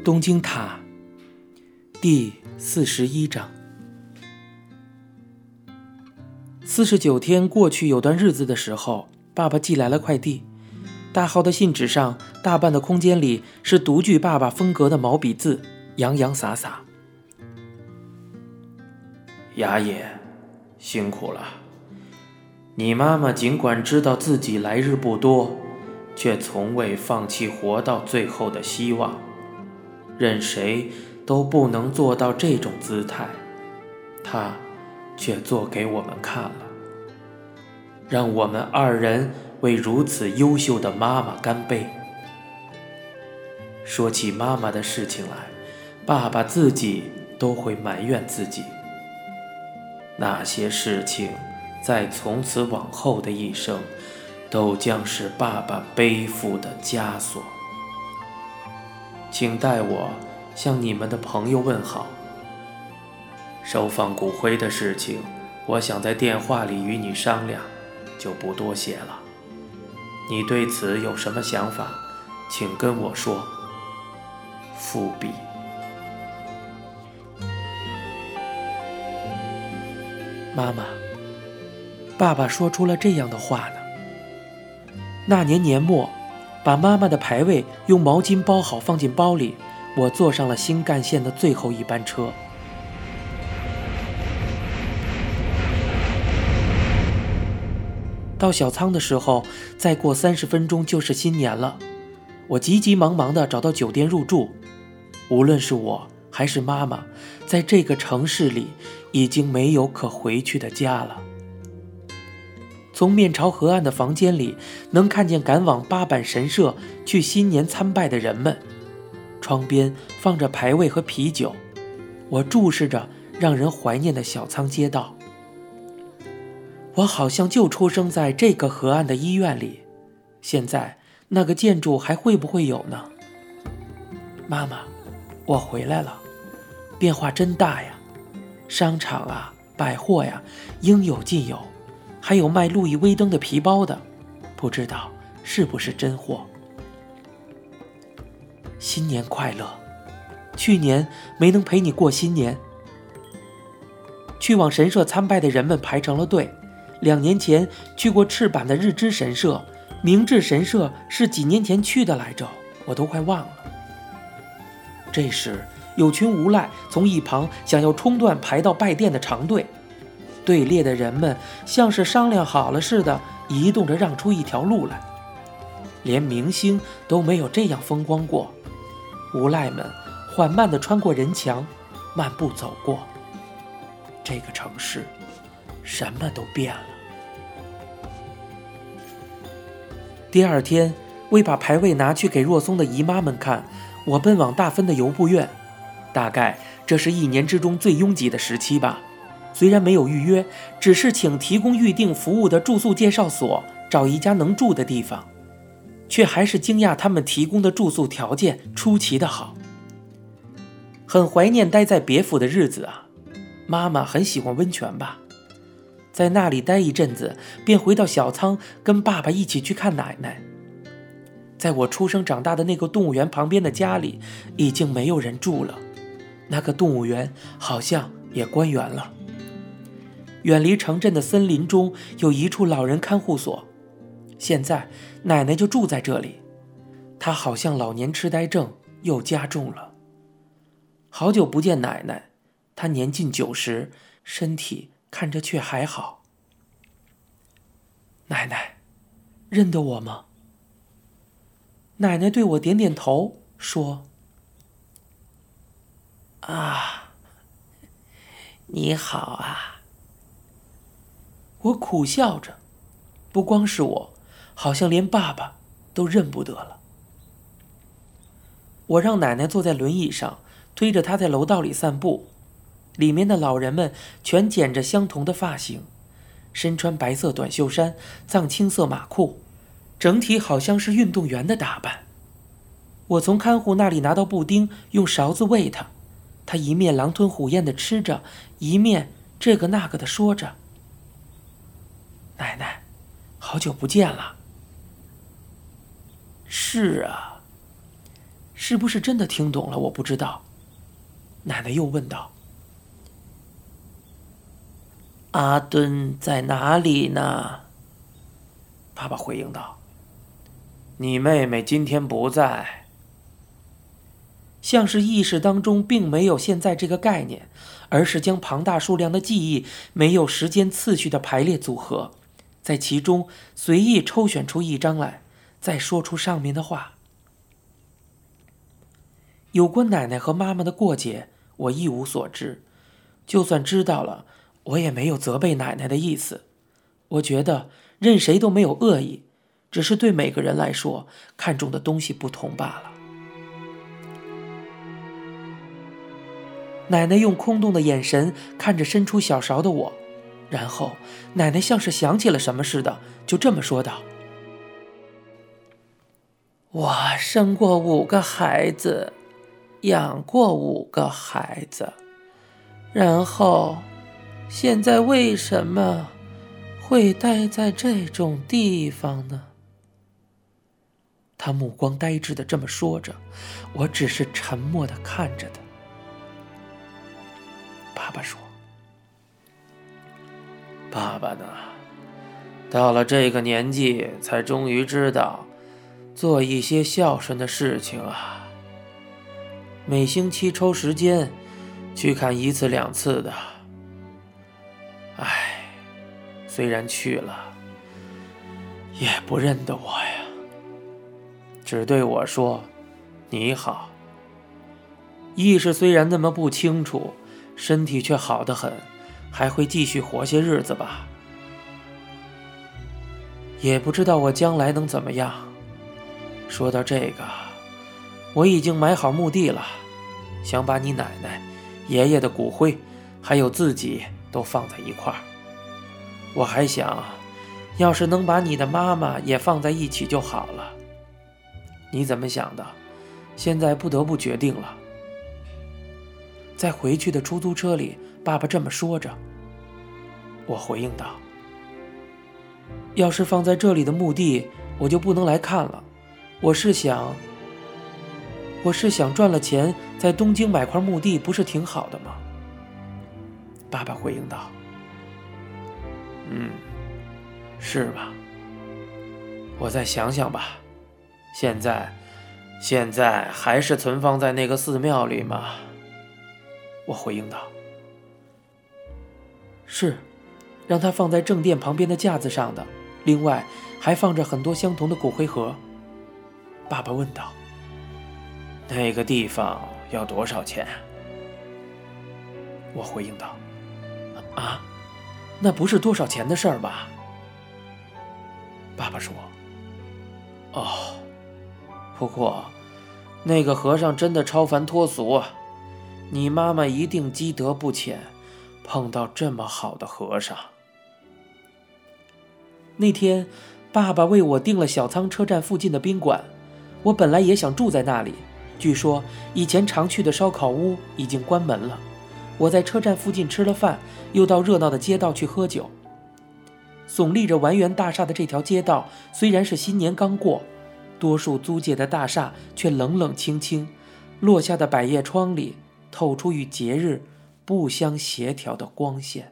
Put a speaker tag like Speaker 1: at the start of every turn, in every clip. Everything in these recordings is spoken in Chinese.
Speaker 1: 东京塔第41章。49天过去有段日子的时候，爸爸寄来了快递。大号的信纸上，大半的空间里是独具爸爸风格的毛笔字，洋洋洒洒。
Speaker 2: 雅也，辛苦了。你妈妈尽管知道自己来日不多，却从未放弃活到最后的希望。任谁都不能做到这种姿态，她却做给我们看了，让我们二人为如此优秀的妈妈干杯。说起妈妈的事情来，爸爸自己都会埋怨自己。那些事情在从此往后的一生，都将是爸爸背负的枷锁。请代我向你们的朋友问好。收放骨灰的事情，我想在电话里与你商量，就不多写了。你对此有什么想法，请跟我说。复笔。
Speaker 1: 妈妈，爸爸说出了这样的话呢。那年年末，把妈妈的牌位用毛巾包好放进包里，我坐上了新干线的最后一班车。到小仓的时候，再过30分钟就是新年了。我急急忙忙地找到酒店入住。无论是我还是妈妈，在这个城市里已经没有可回去的家了。从面朝河岸的房间里，能看见赶往八坂神社去新年参拜的人们，窗边放着牌位和啤酒。我注视着让人怀念的小仓街道。我好像就出生在这个河岸的医院里，现在那个建筑还会不会有呢？妈妈，我回来了，变化真大呀，商场啊，百货呀，应有尽有，还有卖路易威登的皮包的，不知道是不是真货。新年快乐，去年没能陪你过新年。去往神社参拜的人们排成了队。2年前去过赤坂的日之神社，明治神社是几年前去的来着，我都快忘了。这时有群无赖从一旁想要冲断排到拜殿的长队，队列的人们像是商量好了似的，移动着让出一条路来。连明星都没有这样风光过。无赖们缓慢地穿过人墙，漫步走过。这个城市什么都变了。第二天，为把牌位拿去给若松的姨妈们看，我奔往大分的游步院。大概这是1年之中最拥挤的时期吧。虽然没有预约，只是请提供预订服务的住宿介绍所找一家能住的地方，却还是惊讶他们提供的住宿条件出奇的好。很怀念待在别府的日子啊。妈妈很喜欢温泉吧，在那里待一阵子，便回到小仓跟爸爸一起去看奶奶。在我出生长大的那个动物园旁边的家里，已经没有人住了，那个动物园好像也关园了。远离城镇的森林中有一处老人看护所，现在奶奶就住在这里。她好像老年痴呆症又加重了。好久不见奶奶，她年近90，身体看着却还好。奶奶，认得我吗？奶奶对我点点头，说：
Speaker 3: 啊，你好啊。
Speaker 1: 我苦笑着，不光是我，好像连爸爸都认不得了。我让奶奶坐在轮椅上，推着她在楼道里散步。里面的老人们全剪着相同的发型，身穿白色短袖衫、藏青色马裤，整体好像是运动员的打扮。我从看护那里拿到布丁，用勺子喂他，他一面狼吞虎咽地吃着，一面这个那个地说着：奶奶，好久不见了。
Speaker 3: 是啊，
Speaker 1: 是不是真的听懂了？我不知道。奶奶又问道：
Speaker 3: 阿敦在哪里呢？
Speaker 1: 爸爸回应道：
Speaker 2: 你妹妹今天不在。
Speaker 1: 像是意识当中并没有现在这个概念，而是将庞大数量的记忆没有时间次序的排列组合，在其中随意抽选出一张来，再说出上面的话。有关奶奶和妈妈的过节，我一无所知，就算知道了，我也没有责备奶奶的意思。我觉得任谁都没有恶意，只是对每个人来说看重的东西不同罢了。奶奶用空洞的眼神看着伸出小勺的我，然后奶奶像是想起了什么似的，就这么说道：
Speaker 3: 我生过5个孩子，养过5个孩子，然后现在为什么会待在这种地方呢？
Speaker 1: 他目光呆滞地这么说着，我只是沉默地看着他。爸爸说：
Speaker 2: 爸爸呢，到了这个年纪才终于知道做一些孝顺的事情啊。每星期抽时间去看1次2次的。唉，虽然去了，也不认得我呀，只对我说你好。意识虽然那么不清楚，身体却好得很，还会继续活些日子吧。也不知道我将来能怎么样。说到这个，我已经买好墓地了，想把你奶奶、爷爷的骨灰还有自己都放在一块儿。我还想，要是能把你的妈妈也放在一起就好了。你怎么想的？现在不得不决定了。在回去的出租车里，爸爸这么说着。我回应道：要是放在这里的墓地，我就不能来看了。我是想赚了钱在东京买块墓地，不是挺好的吗？爸爸回应道：是吧？我再想想吧。现在还是存放在那个寺庙里吗？我回应道：是，让它放在正殿旁边的架子上的，另外还放着很多相同的骨灰盒。爸爸问道：那个地方要多少钱？我回应道：啊，那不是多少钱的事儿吧？爸爸说：哦，不过那个和尚真的超凡脱俗啊，你妈妈一定积德不浅，碰到这么好的和尚。那天爸爸为我订了小仓车站附近的宾馆，我本来也想住在那里，据说以前常去的烧烤屋已经关门了。我在车站附近吃了饭，又到热闹的街道去喝酒。耸立着丸源大厦的这条街道，虽然是新年刚过，多数租界的大厦却冷冷清清，落下的百叶窗里透出与节日不相协调的光线。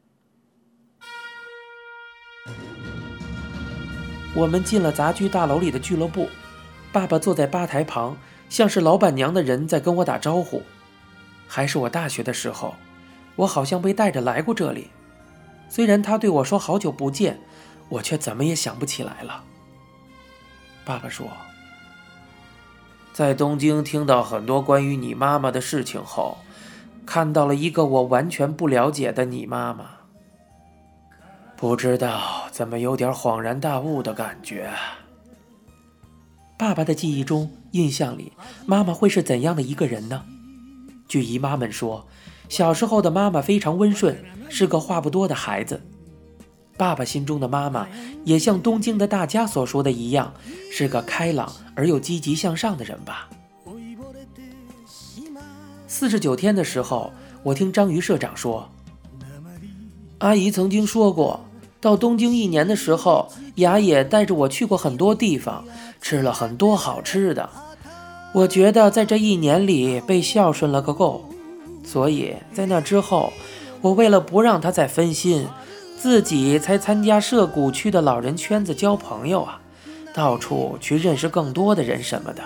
Speaker 2: 我们进了杂居大楼里的俱乐部，爸爸坐在吧台旁，像是老板娘的人在跟我打招呼。还是我大学的时候，我好像被带着来过这里。虽然他对我说好久不见，我却怎么也想不起来了。爸爸说，在东京听到很多关于你妈妈的事情后，看到了一个我完全不了解的你妈妈，不知道怎么有点恍然大悟的感觉。爸爸的记忆中、印象里，妈妈会是怎样的一个人呢？据姨妈们说，小时候的妈妈非常温顺，是个话不多的孩子。爸爸心中的妈妈也像东京的大家所说的一样，是个开朗而又积极向上的人吧。49天的时候，我听章鱼社长说，阿姨曾经说过，到东京1年的时候，雅也带着我去过很多地方，吃了很多好吃的。
Speaker 3: 我觉得在这1年里被孝顺了个够，所以在那之后，我为了不让他再分心，自己才参加涉谷区的老人圈子交朋友啊，到处去认识更多的人什么的。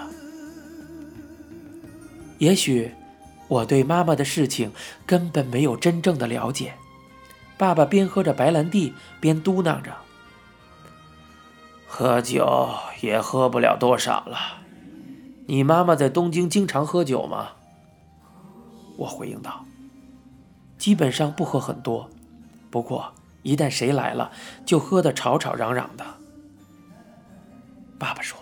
Speaker 3: 也许我对妈妈的事情根本没有真正的了解。爸爸边喝着白兰地边嘟囔着：
Speaker 2: 喝酒也喝不了多少了。你妈妈在东京经常喝酒吗？
Speaker 1: 我回应道：基本上不喝很多，不过一旦谁来了，就喝得吵吵嚷嚷的。爸爸说：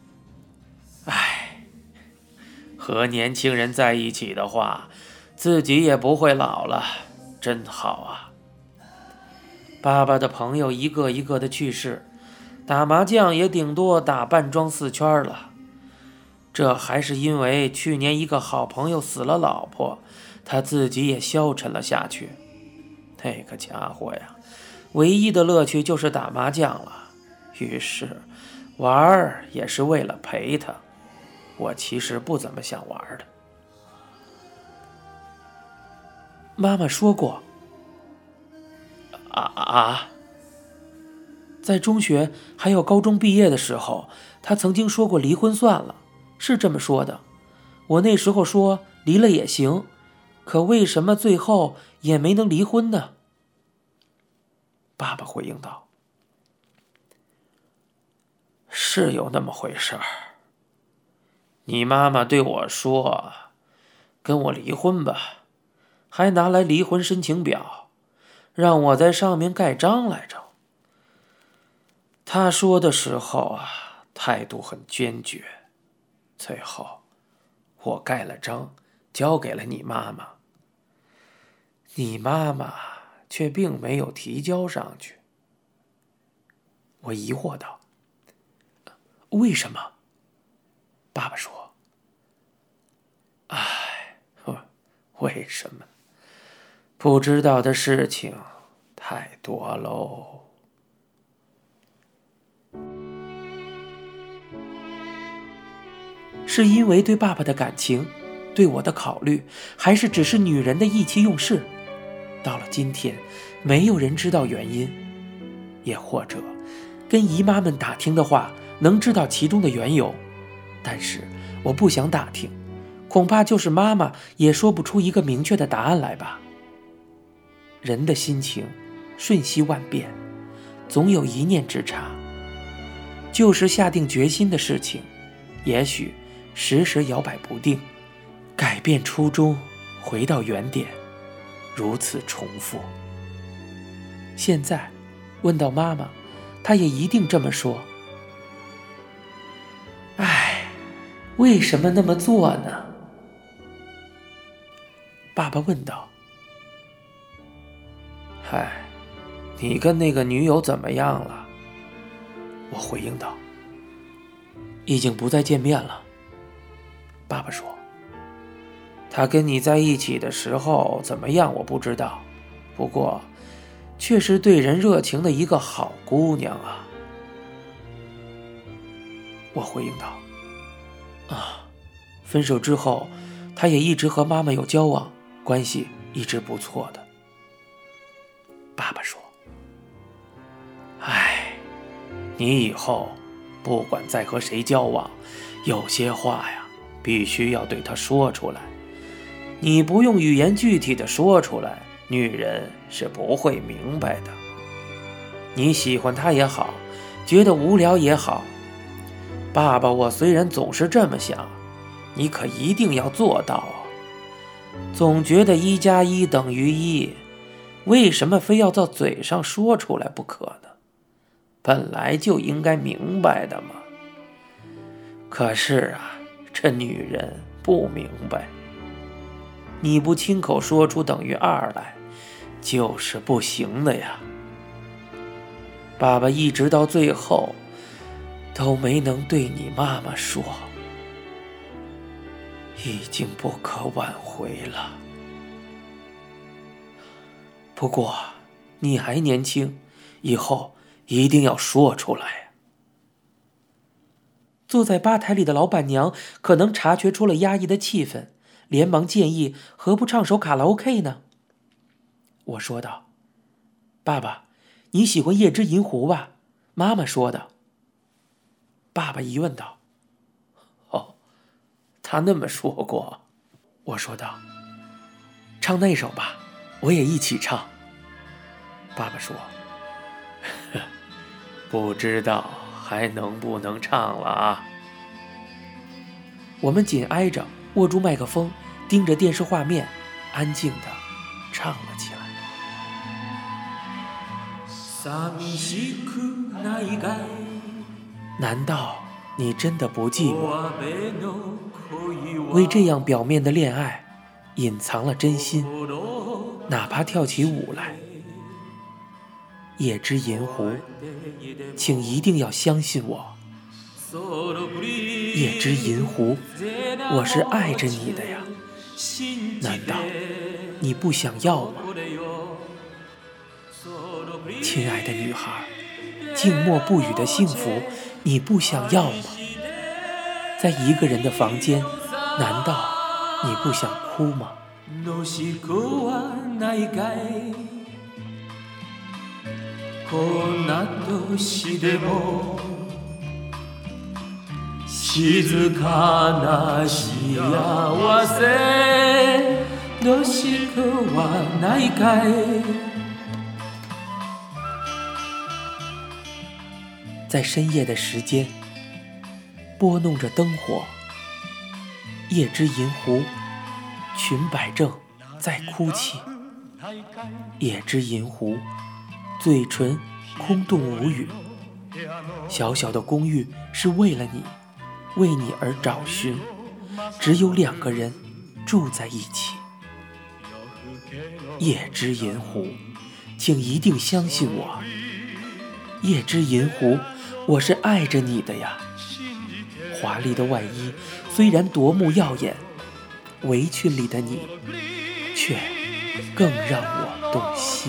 Speaker 2: 和年轻人在一起的话，自己也不会老了，真好啊。
Speaker 1: 爸爸的朋友一个一个的去世，打麻将也顶多打半庄4圈了。这还是因为去年一个好朋友死了老婆，他自己也消沉了下去。那个家伙呀，唯一的乐趣就是打麻将了，于是玩也是为了陪他。我其实不怎么想玩的。妈妈说过，在中学还有高中毕业的时候，她曾经说过离婚算了，是这么说的。我那时候说离了也行，可为什么最后也没能离婚呢？爸爸回应道：
Speaker 2: 是有那么回事儿。你妈妈对我说，跟我离婚吧，还拿来离婚申请表，让我在上面盖章来着。她说的时候啊，态度很坚决。最后，我盖了章，交给了你妈妈。你妈妈却并没有提交上去。
Speaker 1: 我疑惑道：为什么？爸爸说：
Speaker 2: 为什么？不知道的事情太多喽。
Speaker 1: 是因为对爸爸的感情，对我的考虑，还是只是女人的意气用事？到了今天，没有人知道原因。也或者，跟姨妈们打听的话，能知道其中的缘由。但是我不想打听，恐怕就是妈妈也说不出一个明确的答案来吧。人的心情瞬息万变，总有一念之差。就是下定决心的事情，也许时时摇摆不定，改变初衷，回到原点，如此重复。现在问到妈妈，她也一定这么说。为什么那么做呢？爸爸问道。
Speaker 2: 你跟那个女友怎么样了？
Speaker 1: 我回应道。已经不再见面了。爸爸说。
Speaker 2: 她跟你在一起的时候怎么样我不知道，不过却是对人热情的一个好姑娘啊。
Speaker 1: 我回应道。分手之后，她也一直和妈妈有交往，关系一直不错的。爸爸说。
Speaker 2: 你以后不管再和谁交往，有些话呀，必须要对她说出来。你不用语言具体的说出来，女人是不会明白的。你喜欢她也好，觉得无聊也好，爸爸我虽然总是这么想，你可一定要做到啊！总觉得1+1等于1，为什么非要到嘴上说出来不可呢？本来就应该明白的嘛。可是啊，这女人不明白，你不亲口说出等于2来，就是不行的呀。爸爸一直到最后都没能对你妈妈说，已经不可挽回了。不过你还年轻，以后一定要说出来。
Speaker 1: 坐在吧台里的老板娘可能察觉出了压抑的气氛，连忙建议何不唱首卡拉 OK 呢？我说道：爸爸，你喜欢《夜之银狐》吧？妈妈说的。爸爸疑问道：
Speaker 2: 哦，他那么说过。
Speaker 1: 我说道：唱那首吧，我也一起唱。爸爸说：
Speaker 2: 不知道还能不能唱了啊？
Speaker 1: 我们紧挨着，握住麦克风，盯着电视画面，安静地唱了起来。难道你真的不寂寞？为这样表面的恋爱，隐藏了真心，哪怕跳起舞来。夜之银狐，请一定要相信我。夜之银狐，我是爱着你的呀，难道你不想要吗？亲爱的女孩，静默不语的幸福，你不想要吗？在一个人的房间，难道你不想哭吗？こんな年でも静かな幸せどしくはないかい。在深夜的时间，拨弄着灯火，夜之银狐，裙摆正在哭泣。夜之银狐，嘴唇空洞无语。小小的公寓是为了你，为你而找寻，只有2个人住在一起。夜之银狐，请一定相信我。夜之银狐，我是爱着你的呀。华丽的外衣虽然夺目耀眼，围裙里的你却更让我动心。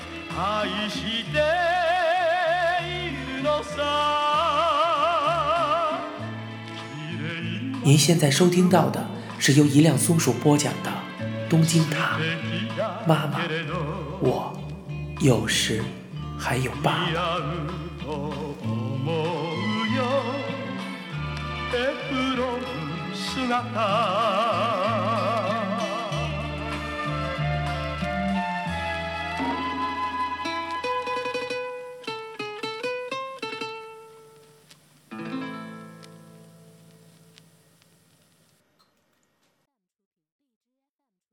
Speaker 1: 您现在收听到的是由一辆松鼠播讲的《东京塔》。妈妈，我有时还有爸爸。